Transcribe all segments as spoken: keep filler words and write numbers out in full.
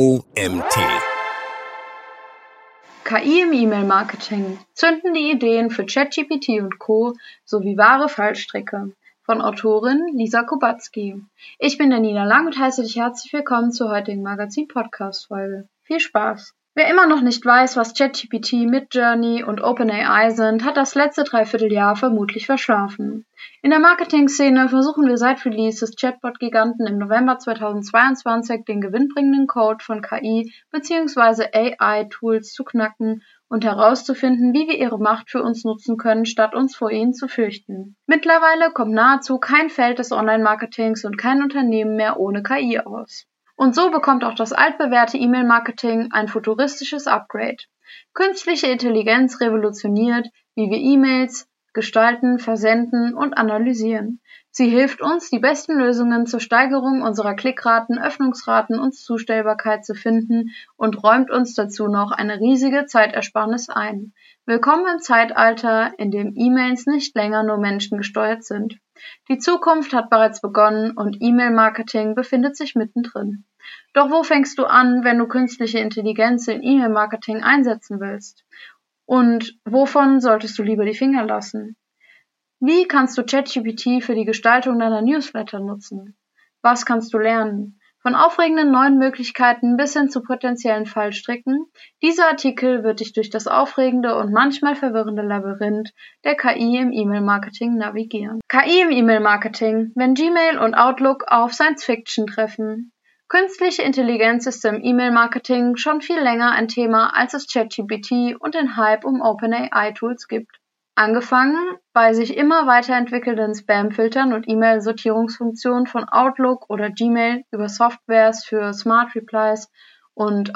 O M T. K I im E-Mail-Marketing. Zündende Ideen für ChatGPT und Co. sowie wahre Fallstricke. Von Autorin Lisa Kubacki. Ich bin Nina Lang und heiße dich herzlich willkommen zur heutigen Magazin-Podcast-Folge. Viel Spaß! Wer immer noch nicht weiß, was ChatGPT, Midjourney und OpenAI sind, hat das letzte Dreivierteljahr vermutlich verschlafen. In der Marketing-Szene versuchen wir seit Release des Chatbot-Giganten im November zweitausendzweiundzwanzig den gewinnbringenden Code von K I bzw. A I-Tools zu knacken und herauszufinden, wie wir ihre Macht für uns nutzen können, statt uns vor ihnen zu fürchten. Mittlerweile kommt nahezu kein Feld des Online-Marketings und kein Unternehmen mehr ohne K I aus. Und so bekommt auch das altbewährte E-Mail-Marketing ein futuristisches Upgrade. Künstliche Intelligenz revolutioniert, wie wir E-Mails gestalten, versenden und analysieren. Sie hilft uns, die besten Lösungen zur Steigerung unserer Klickraten, Öffnungsraten und Zustellbarkeit zu finden und räumt uns dazu noch eine riesige Zeitersparnis ein. Willkommen im Zeitalter, in dem E-Mails nicht länger nur menschengesteuert sind. Die Zukunft hat bereits begonnen und E-Mail-Marketing befindet sich mittendrin. Doch wo fängst du an, wenn du künstliche Intelligenz in E-Mail-Marketing einsetzen willst? Und wovon solltest du lieber die Finger lassen? Wie kannst du ChatGPT für die Gestaltung deiner Newsletter nutzen? Was kannst du lernen? Von aufregenden neuen Möglichkeiten bis hin zu potenziellen Fallstricken, dieser Artikel wird dich durch das aufregende und manchmal verwirrende Labyrinth der K I im E-Mail-Marketing navigieren. K I im E-Mail-Marketing, wenn Gmail und Outlook auf Science-Fiction treffen. Künstliche Intelligenz ist im E-Mail-Marketing schon viel länger ein Thema, als es ChatGPT und den Hype um OpenAI-Tools gibt. Angefangen bei sich immer weiterentwickelnden Spam-Filtern und E-Mail-Sortierungsfunktionen von Outlook oder Gmail über Softwares für Smart Replies und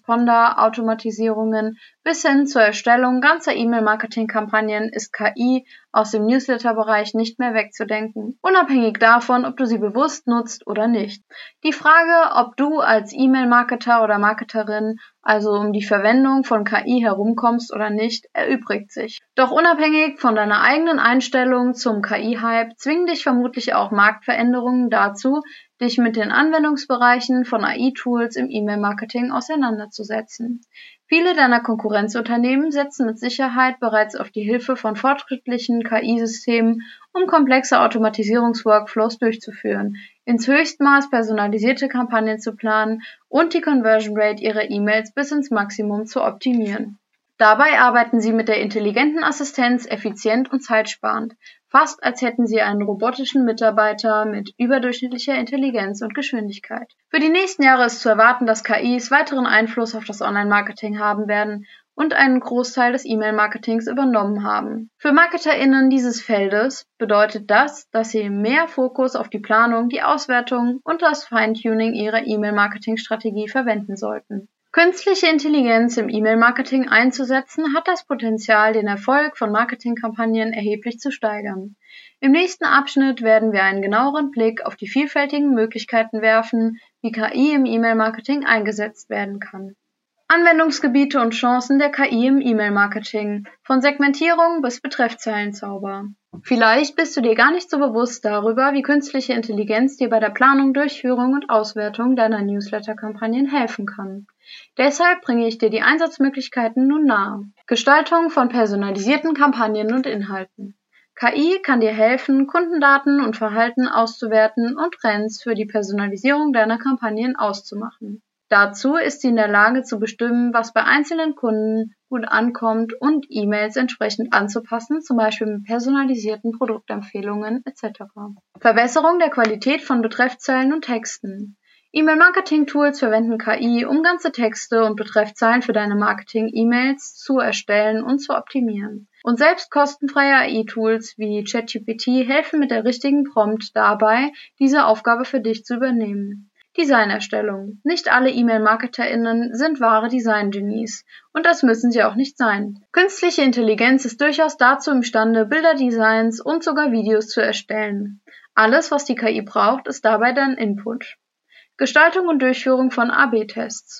Autoresponder-Automatisierungen bis hin zur Erstellung ganzer E-Mail-Marketing-Kampagnen ist K I aus dem Newsletter-Bereich nicht mehr wegzudenken, unabhängig davon, ob du sie bewusst nutzt oder nicht. Die Frage, ob du als E-Mail-Marketer oder Marketerin also um die Verwendung von K I herumkommst oder nicht, erübrigt sich. Doch unabhängig von deiner eigenen Einstellung zum K I-Hype zwingen dich vermutlich auch Marktveränderungen dazu, dich mit den Anwendungsbereichen von A I-Tools im E-Mail-Marketing auseinanderzusetzen. Viele deiner Konkurrenzunternehmen setzen mit Sicherheit bereits auf die Hilfe von fortschrittlichen K I-Systemen, um komplexe Automatisierungsworkflows durchzuführen, ins Höchstmaß personalisierte Kampagnen zu planen und die Conversion Rate ihrer E-Mails bis ins Maximum zu optimieren. Dabei arbeiten sie mit der intelligenten Assistenz effizient und zeitsparend, fast als hätten sie einen robotischen Mitarbeiter mit überdurchschnittlicher Intelligenz und Geschwindigkeit. Für die nächsten Jahre ist zu erwarten, dass K Is weiteren Einfluss auf das Online-Marketing haben werden und einen Großteil des E-Mail-Marketings übernommen haben. Für MarketerInnen dieses Feldes bedeutet das, dass sie mehr Fokus auf die Planung, die Auswertung und das Feintuning ihrer E-Mail-Marketing-Strategie verwenden sollten. Künstliche Intelligenz im E-Mail-Marketing einzusetzen, hat das Potenzial, den Erfolg von Marketingkampagnen erheblich zu steigern. Im nächsten Abschnitt werden wir einen genaueren Blick auf die vielfältigen Möglichkeiten werfen, wie K I im E-Mail-Marketing eingesetzt werden kann. Anwendungsgebiete und Chancen der K I im E-Mail-Marketing, von Segmentierung bis Betreffzeilenzauber. Vielleicht bist du dir gar nicht so bewusst darüber, wie künstliche Intelligenz dir bei der Planung, Durchführung und Auswertung deiner Newsletter-Kampagnen helfen kann. Deshalb bringe ich dir die Einsatzmöglichkeiten nun nahe. Gestaltung von personalisierten Kampagnen und Inhalten. K I kann dir helfen, Kundendaten und Verhalten auszuwerten und Trends für die Personalisierung deiner Kampagnen auszumachen. Dazu ist sie in der Lage zu bestimmen, was bei einzelnen Kunden gut ankommt und E-Mails entsprechend anzupassen, zum Beispiel mit personalisierten Produktempfehlungen et cetera. Verbesserung der Qualität von Betreffzeilen und Texten. E-Mail-Marketing-Tools verwenden K I, um ganze Texte und Betreffzeilen für deine Marketing-E-Mails zu erstellen und zu optimieren. Und selbst kostenfreie A I-Tools wie ChatGPT helfen mit der richtigen Prompt dabei, diese Aufgabe für dich zu übernehmen. Designerstellung. Nicht alle E-Mail-MarketerInnen sind wahre Design-Genies. Und das müssen sie auch nicht sein. Künstliche Intelligenz ist durchaus dazu imstande, Bilderdesigns und sogar Videos zu erstellen. Alles, was die K I braucht, ist dabei dein Input. Gestaltung und Durchführung von A B Tests.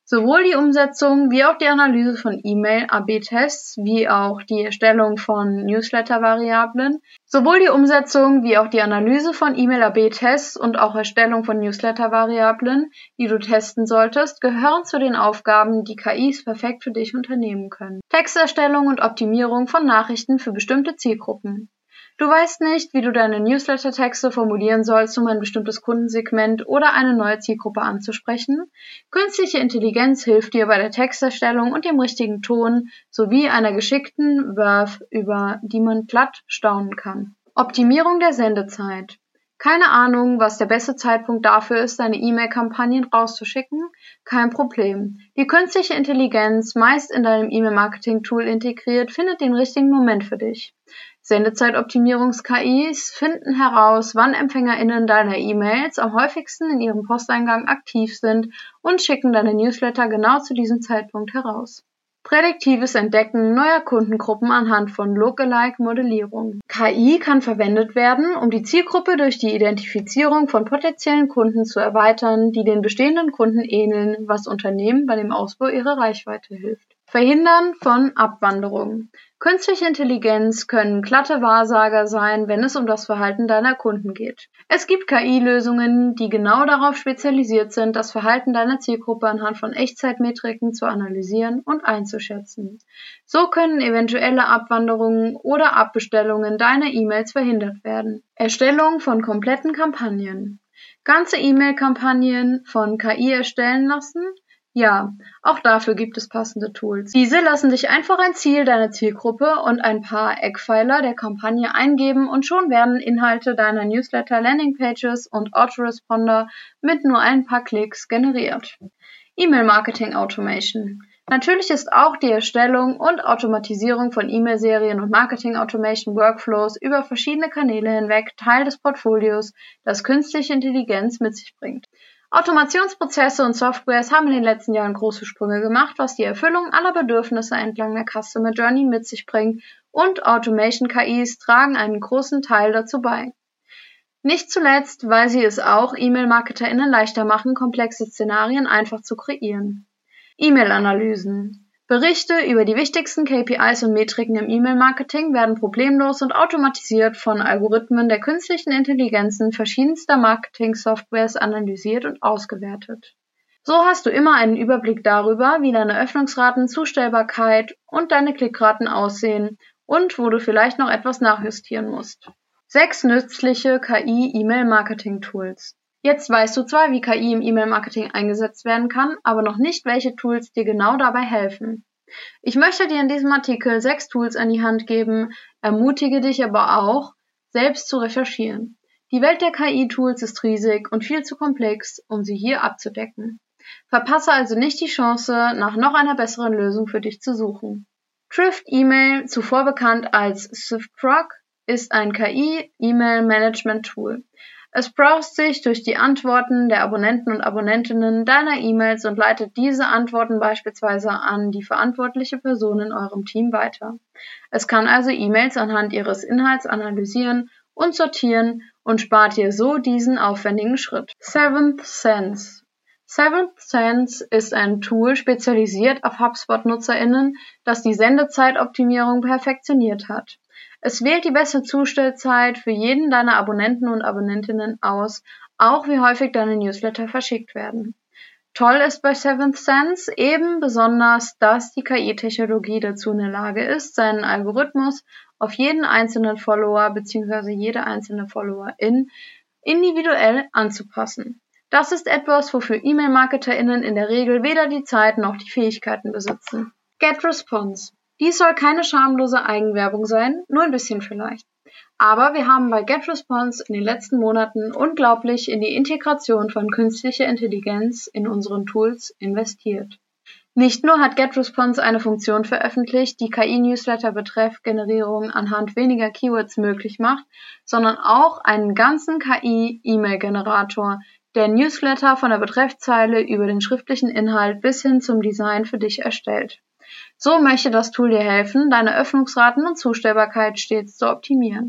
Sowohl die Umsetzung wie auch die Analyse von E-Mail-A B Tests, wie auch die Erstellung von Newsletter-Variablen, sowohl die Umsetzung wie auch die Analyse von E-Mail-A B Tests und auch Erstellung von Newsletter-Variablen, die du testen solltest, gehören zu den Aufgaben, die K Is perfekt für dich unternehmen können. Texterstellung und Optimierung von Nachrichten für bestimmte Zielgruppen. Du weißt nicht, wie du deine Newsletter-Texte formulieren sollst, um ein bestimmtes Kundensegment oder eine neue Zielgruppe anzusprechen? Künstliche Intelligenz hilft dir bei der Texterstellung und dem richtigen Ton sowie einer geschickten Verve, über die man glatt staunen kann. Optimierung der Sendezeit. Keine Ahnung, was der beste Zeitpunkt dafür ist, deine E-Mail-Kampagnen rauszuschicken? Kein Problem. Die künstliche Intelligenz, meist in deinem E-Mail-Marketing-Tool integriert, findet den richtigen Moment für dich. Sendezeitoptimierungs-K Is finden heraus, wann EmpfängerInnen deiner E-Mails am häufigsten in ihrem Posteingang aktiv sind und schicken deine Newsletter genau zu diesem Zeitpunkt heraus. Prädiktives Entdecken neuer Kundengruppen anhand von Lookalike-Modellierung. K I kann verwendet werden, um die Zielgruppe durch die Identifizierung von potenziellen Kunden zu erweitern, die den bestehenden Kunden ähneln, was Unternehmen bei dem Ausbau ihrer Reichweite hilft. Verhindern von Abwanderung. Künstliche Intelligenz können glatte Wahrsager sein, wenn es um das Verhalten deiner Kunden geht. Es gibt K I-Lösungen, die genau darauf spezialisiert sind, das Verhalten deiner Zielgruppe anhand von Echtzeitmetriken zu analysieren und einzuschätzen. So können eventuelle Abwanderungen oder Abbestellungen deiner E-Mails verhindert werden. Erstellung von kompletten Kampagnen. Ganze E-Mail-Kampagnen von K I erstellen lassen? Ja, auch dafür gibt es passende Tools. Diese lassen dich einfach ein Ziel deiner Zielgruppe und ein paar Eckpfeiler der Kampagne eingeben und schon werden Inhalte deiner Newsletter, Landingpages und Autoresponder mit nur ein paar Klicks generiert. E-Mail-Marketing Automation. Natürlich ist auch die Erstellung und Automatisierung von E-Mail-Serien und Marketing-Automation-Workflows über verschiedene Kanäle hinweg Teil des Portfolios, das künstliche Intelligenz mit sich bringt. Automationsprozesse und Softwares haben in den letzten Jahren große Sprünge gemacht, was die Erfüllung aller Bedürfnisse entlang der Customer Journey mit sich bringt, und Automation-K Is tragen einen großen Teil dazu bei. Nicht zuletzt, weil sie es auch E-Mail-MarketerInnen leichter machen, komplexe Szenarien einfach zu kreieren. E-Mail-Analysen. Berichte über die wichtigsten K P Is und Metriken im E-Mail-Marketing werden problemlos und automatisiert von Algorithmen der künstlichen Intelligenzen verschiedenster Marketing-Softwares analysiert und ausgewertet. So hast du immer einen Überblick darüber, wie deine Öffnungsraten, Zustellbarkeit und deine Klickraten aussehen und wo du vielleicht noch etwas nachjustieren musst. Sechs nützliche K I-E-Mail-Marketing-Tools. Jetzt weißt du zwar, wie K I im E-Mail-Marketing eingesetzt werden kann, aber noch nicht, welche Tools dir genau dabei helfen. Ich möchte dir in diesem Artikel sechs Tools an die Hand geben, ermutige dich aber auch, selbst zu recherchieren. Die Welt der K I-Tools ist riesig und viel zu komplex, um sie hier abzudecken. Verpasse also nicht die Chance, nach noch einer besseren Lösung für dich zu suchen. Thrift E-Mail, zuvor bekannt als Thriftproc, ist ein K I-E-Mail-Management-Tool. Es browst sich durch die Antworten der Abonnenten und Abonnentinnen deiner E-Mails und leitet diese Antworten beispielsweise an die verantwortliche Person in eurem Team weiter. Es kann also E-Mails anhand ihres Inhalts analysieren und sortieren und spart dir so diesen aufwendigen Schritt. Seventh Sense. Seventh Sense ist ein Tool spezialisiert auf HubSpot-NutzerInnen, das die Sendezeitoptimierung perfektioniert hat. Es wählt die beste Zustellzeit für jeden deiner Abonnenten und Abonnentinnen aus, auch wie häufig deine Newsletter verschickt werden. Toll ist bei Seventh Sense eben besonders, dass die K I-Technologie dazu in der Lage ist, seinen Algorithmus auf jeden einzelnen Follower bzw. jede einzelne Followerin individuell anzupassen. Das ist etwas, wofür E-Mail-MarketerInnen in der Regel weder die Zeit noch die Fähigkeiten besitzen. GetResponse. Dies soll keine schamlose Eigenwerbung sein, nur ein bisschen vielleicht. Aber wir haben bei GetResponse in den letzten Monaten unglaublich in die Integration von künstlicher Intelligenz in unseren Tools investiert. Nicht nur hat GetResponse eine Funktion veröffentlicht, die K I-Newsletter-Betreff-Generierung anhand weniger Keywords möglich macht, sondern auch einen ganzen K I-E-Mail-Generator, der Newsletter von der Betreffzeile über den schriftlichen Inhalt bis hin zum Design für dich erstellt. So möchte das Tool dir helfen, deine Öffnungsraten und Zustellbarkeit stets zu optimieren.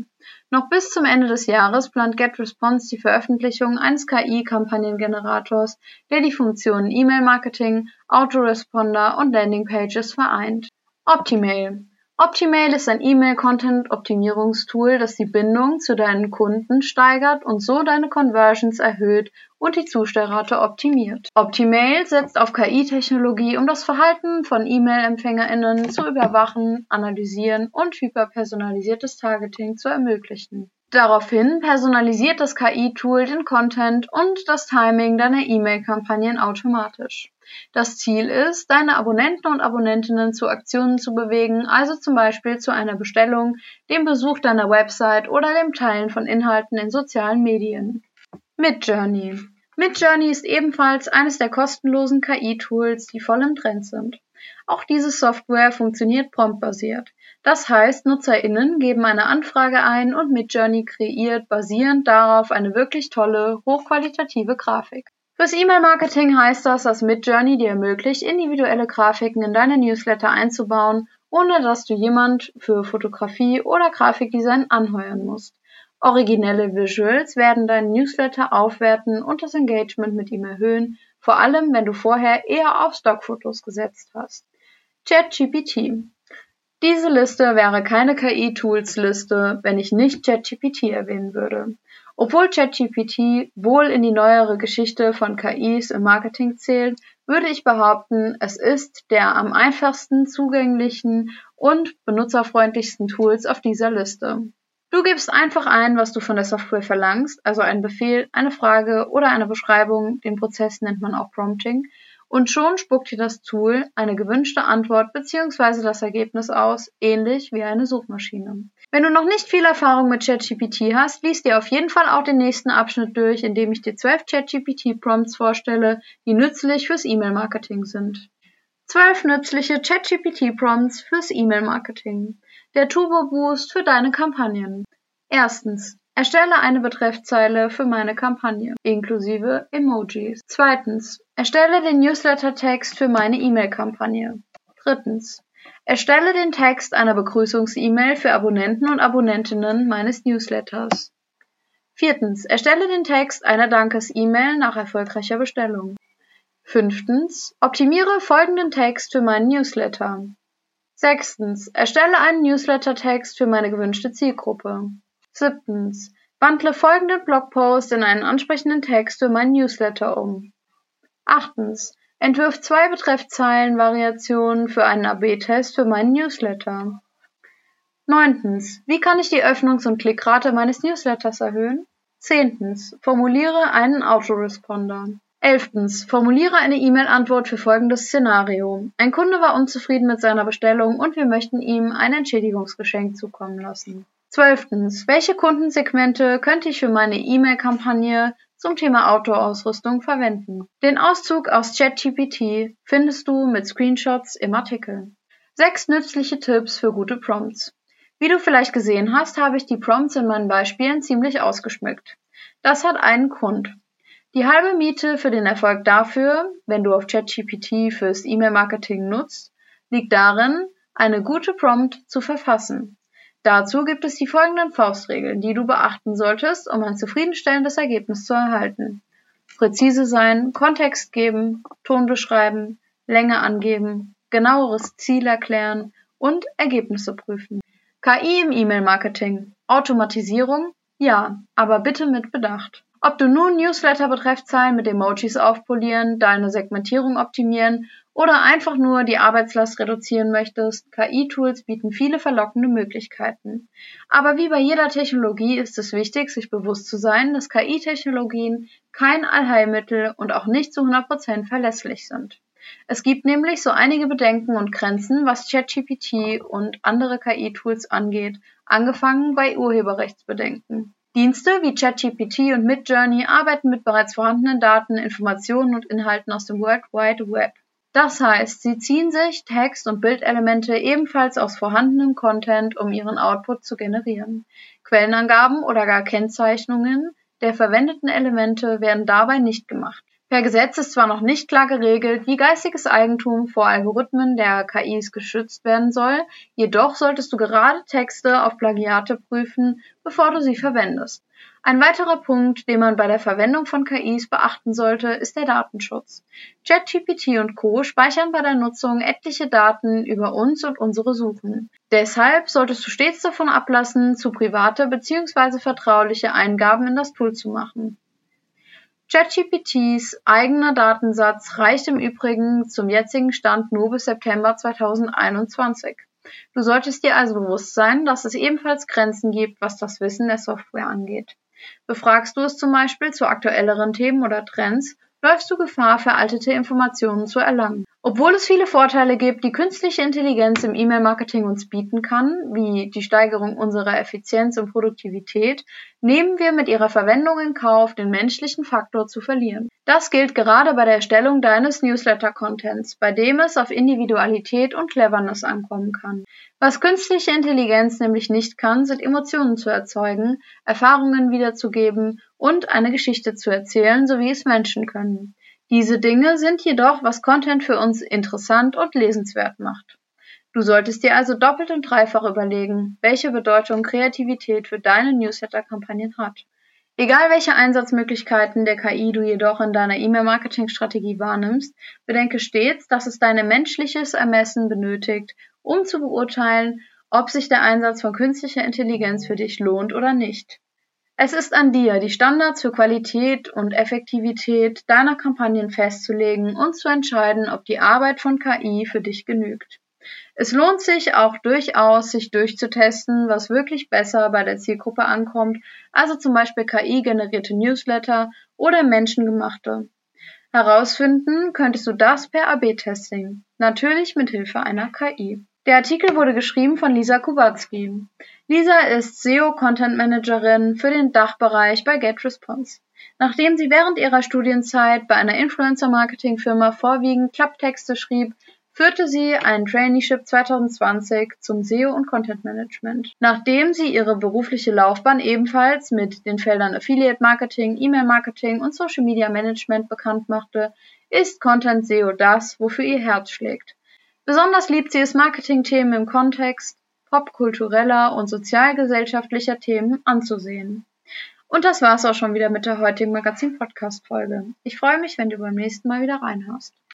Noch bis zum Ende des Jahres plant GetResponse die Veröffentlichung eines K I-Kampagnengenerators, der die Funktionen E-Mail-Marketing, Autoresponder und Landingpages vereint. Optimail. Optimail ist ein E-Mail-Content-Optimierungstool, das die Bindung zu deinen Kunden steigert und so deine Conversions erhöht und die Zustellrate optimiert. Optimail setzt auf K I-Technologie, um das Verhalten von E-Mail-EmpfängerInnen zu überwachen, analysieren und hyperpersonalisiertes Targeting zu ermöglichen. Daraufhin personalisiert das K I-Tool den Content und das Timing deiner E-Mail-Kampagnen automatisch. Das Ziel ist, deine Abonnenten und Abonnentinnen zu Aktionen zu bewegen, also zum Beispiel zu einer Bestellung, dem Besuch deiner Website oder dem Teilen von Inhalten in sozialen Medien. Midjourney. Midjourney ist ebenfalls eines der kostenlosen K I-Tools, die voll im Trend sind. Auch diese Software funktioniert promptbasiert. Das heißt, NutzerInnen geben eine Anfrage ein und Midjourney kreiert basierend darauf eine wirklich tolle, hochqualitative Grafik. Fürs E-Mail-Marketing heißt das, dass Midjourney dir ermöglicht, individuelle Grafiken in deine Newsletter einzubauen, ohne dass du jemand für Fotografie oder Grafikdesign anheuern musst. Originelle Visuals werden deinen Newsletter aufwerten und das Engagement mit ihm erhöhen, vor allem wenn du vorher eher auf Stockfotos gesetzt hast. ChatGPT. Diese Liste wäre keine K I-Tools-Liste, wenn ich nicht ChatGPT erwähnen würde. Obwohl ChatGPT wohl in die neuere Geschichte von K Is im Marketing zählt, würde ich behaupten, es ist der am einfachsten zugänglichen und benutzerfreundlichsten Tools auf dieser Liste. Du gibst einfach ein, was du von der Software verlangst, also einen Befehl, eine Frage oder eine Beschreibung, den Prozess nennt man auch Prompting, und schon spuckt dir das Tool eine gewünschte Antwort bzw. das Ergebnis aus, ähnlich wie eine Suchmaschine. Wenn du noch nicht viel Erfahrung mit ChatGPT hast, lies dir auf jeden Fall auch den nächsten Abschnitt durch, in dem ich dir zwölf ChatGPT-Prompts vorstelle, die nützlich fürs E-Mail-Marketing sind. zwölf nützliche ChatGPT-Prompts fürs E-Mail-Marketing. Der Turbo-Boost für deine Kampagnen. Erstens. Erstelle eine Betreffzeile für meine Kampagne, inklusive Emojis. Zweitens. Erstelle den Newsletter-Text für meine E-Mail-Kampagne. Drittens. Erstelle den Text einer Begrüßungs-E-Mail für Abonnenten und Abonnentinnen meines Newsletters. Viertens. Erstelle den Text einer Dankes-E-Mail nach erfolgreicher Bestellung. Fünftens. Optimiere folgenden Text für meinen Newsletter. Sechstens. Erstelle einen Newsletter-Text für meine gewünschte Zielgruppe. Siebtens. Wandle folgenden Blogpost in einen ansprechenden Text für meinen Newsletter um. Achtens. Entwirf zwei Betreffzeilen-Variationen für einen A B-Test für meinen Newsletter. Neuntens. Wie kann ich die Öffnungs- und Klickrate meines Newsletters erhöhen? Zehntens. Formuliere einen Autoresponder. Elftens. Formuliere eine E-Mail-Antwort für folgendes Szenario. Ein Kunde war unzufrieden mit seiner Bestellung und wir möchten ihm ein Entschädigungsgeschenk zukommen lassen. Zwölftens. Welche Kundensegmente könnte ich für meine E-Mail-Kampagne zum Thema Outdoor-Ausrüstung verwenden? Den Auszug aus ChatGPT findest du mit Screenshots im Artikel. Sechs nützliche Tipps für gute Prompts. Wie du vielleicht gesehen hast, habe ich die Prompts in meinen Beispielen ziemlich ausgeschmückt. Das hat einen Grund. Die halbe Miete für den Erfolg dafür, wenn du auf ChatGPT fürs E-Mail-Marketing nutzt, liegt darin, eine gute Prompt zu verfassen. Dazu gibt es die folgenden Faustregeln, die du beachten solltest, um ein zufriedenstellendes Ergebnis zu erhalten. Präzise sein, Kontext geben, Ton beschreiben, Länge angeben, genaueres Ziel erklären und Ergebnisse prüfen. K I im E-Mail-Marketing. Automatisierung? Ja, aber bitte mit Bedacht. Ob du nun Newsletter-Betreffzeilen mit Emojis aufpolieren, deine Segmentierung optimieren oder einfach nur die Arbeitslast reduzieren möchtest, K I-Tools bieten viele verlockende Möglichkeiten. Aber wie bei jeder Technologie ist es wichtig, sich bewusst zu sein, dass K I-Technologien kein Allheilmittel und auch nicht zu hundert Prozent verlässlich sind. Es gibt nämlich so einige Bedenken und Grenzen, was ChatGPT und andere K I-Tools angeht, angefangen bei Urheberrechtsbedenken. Dienste wie ChatGPT und Midjourney arbeiten mit bereits vorhandenen Daten, Informationen und Inhalten aus dem World Wide Web. Das heißt, sie ziehen sich Text- und Bildelemente ebenfalls aus vorhandenem Content, um ihren Output zu generieren. Quellenangaben oder gar Kennzeichnungen der verwendeten Elemente werden dabei nicht gemacht. Per Gesetz ist zwar noch nicht klar geregelt, wie geistiges Eigentum vor Algorithmen der K Is geschützt werden soll, jedoch solltest du gerade Texte auf Plagiate prüfen, bevor du sie verwendest. Ein weiterer Punkt, den man bei der Verwendung von K Is beachten sollte, ist der Datenschutz. ChatGPT und Co. speichern bei der Nutzung etliche Daten über uns und unsere Suchen. Deshalb solltest du stets davon ablassen, zu private bzw. vertrauliche Eingaben in das Tool zu machen. ChatGPTs eigener Datensatz reicht im Übrigen zum jetzigen Stand nur bis September zweitausendeinundzwanzig. Du solltest dir also bewusst sein, dass es ebenfalls Grenzen gibt, was das Wissen der Software angeht. Befragst du es zum Beispiel zu aktuelleren Themen oder Trends, läufst du Gefahr, veraltete Informationen zu erlangen. Obwohl es viele Vorteile gibt, die künstliche Intelligenz im E-Mail-Marketing uns bieten kann, wie die Steigerung unserer Effizienz und Produktivität, nehmen wir mit ihrer Verwendung in Kauf, den menschlichen Faktor zu verlieren. Das gilt gerade bei der Erstellung deines Newsletter-Contents, bei dem es auf Individualität und Cleverness ankommen kann. Was künstliche Intelligenz nämlich nicht kann, sind Emotionen zu erzeugen, Erfahrungen wiederzugeben und eine Geschichte zu erzählen, so wie es Menschen können. Diese Dinge sind jedoch, was Content für uns interessant und lesenswert macht. Du solltest dir also doppelt und dreifach überlegen, welche Bedeutung Kreativität für deine Newsletter-Kampagnen hat. Egal welche Einsatzmöglichkeiten der K I du jedoch in deiner E-Mail-Marketing-Strategie wahrnimmst, bedenke stets, dass es dein menschliches Ermessen benötigt, um zu beurteilen, ob sich der Einsatz von künstlicher Intelligenz für dich lohnt oder nicht. Es ist an dir, die Standards für Qualität und Effektivität deiner Kampagnen festzulegen und zu entscheiden, ob die Arbeit von K I für dich genügt. Es lohnt sich auch durchaus, sich durchzutesten, was wirklich besser bei der Zielgruppe ankommt, also zum Beispiel K I-generierte Newsletter oder menschengemachte. Herausfinden könntest du das per A B Testing, natürlich mit Hilfe einer K I. Der Artikel wurde geschrieben von Lisa Kubacki. Lisa ist S E O-Content-Managerin für den Dachbereich bei GetResponse. Nachdem sie während ihrer Studienzeit bei einer Influencer-Marketing-Firma vorwiegend Klapptexte schrieb, führte sie ein Traineeship zweitausendzwanzig zum S E O und Content Management. Nachdem sie ihre berufliche Laufbahn ebenfalls mit den Feldern Affiliate Marketing, E-Mail Marketing und Social Media Management bekannt machte, ist Content S E O das, wofür ihr Herz schlägt. Besonders liebt sie es, Marketingthemen im Kontext popkultureller und sozialgesellschaftlicher Themen anzusehen. Und das war's auch schon wieder mit der heutigen Magazin-Podcast-Folge. Ich freue mich, wenn du beim nächsten Mal wieder reinhörst.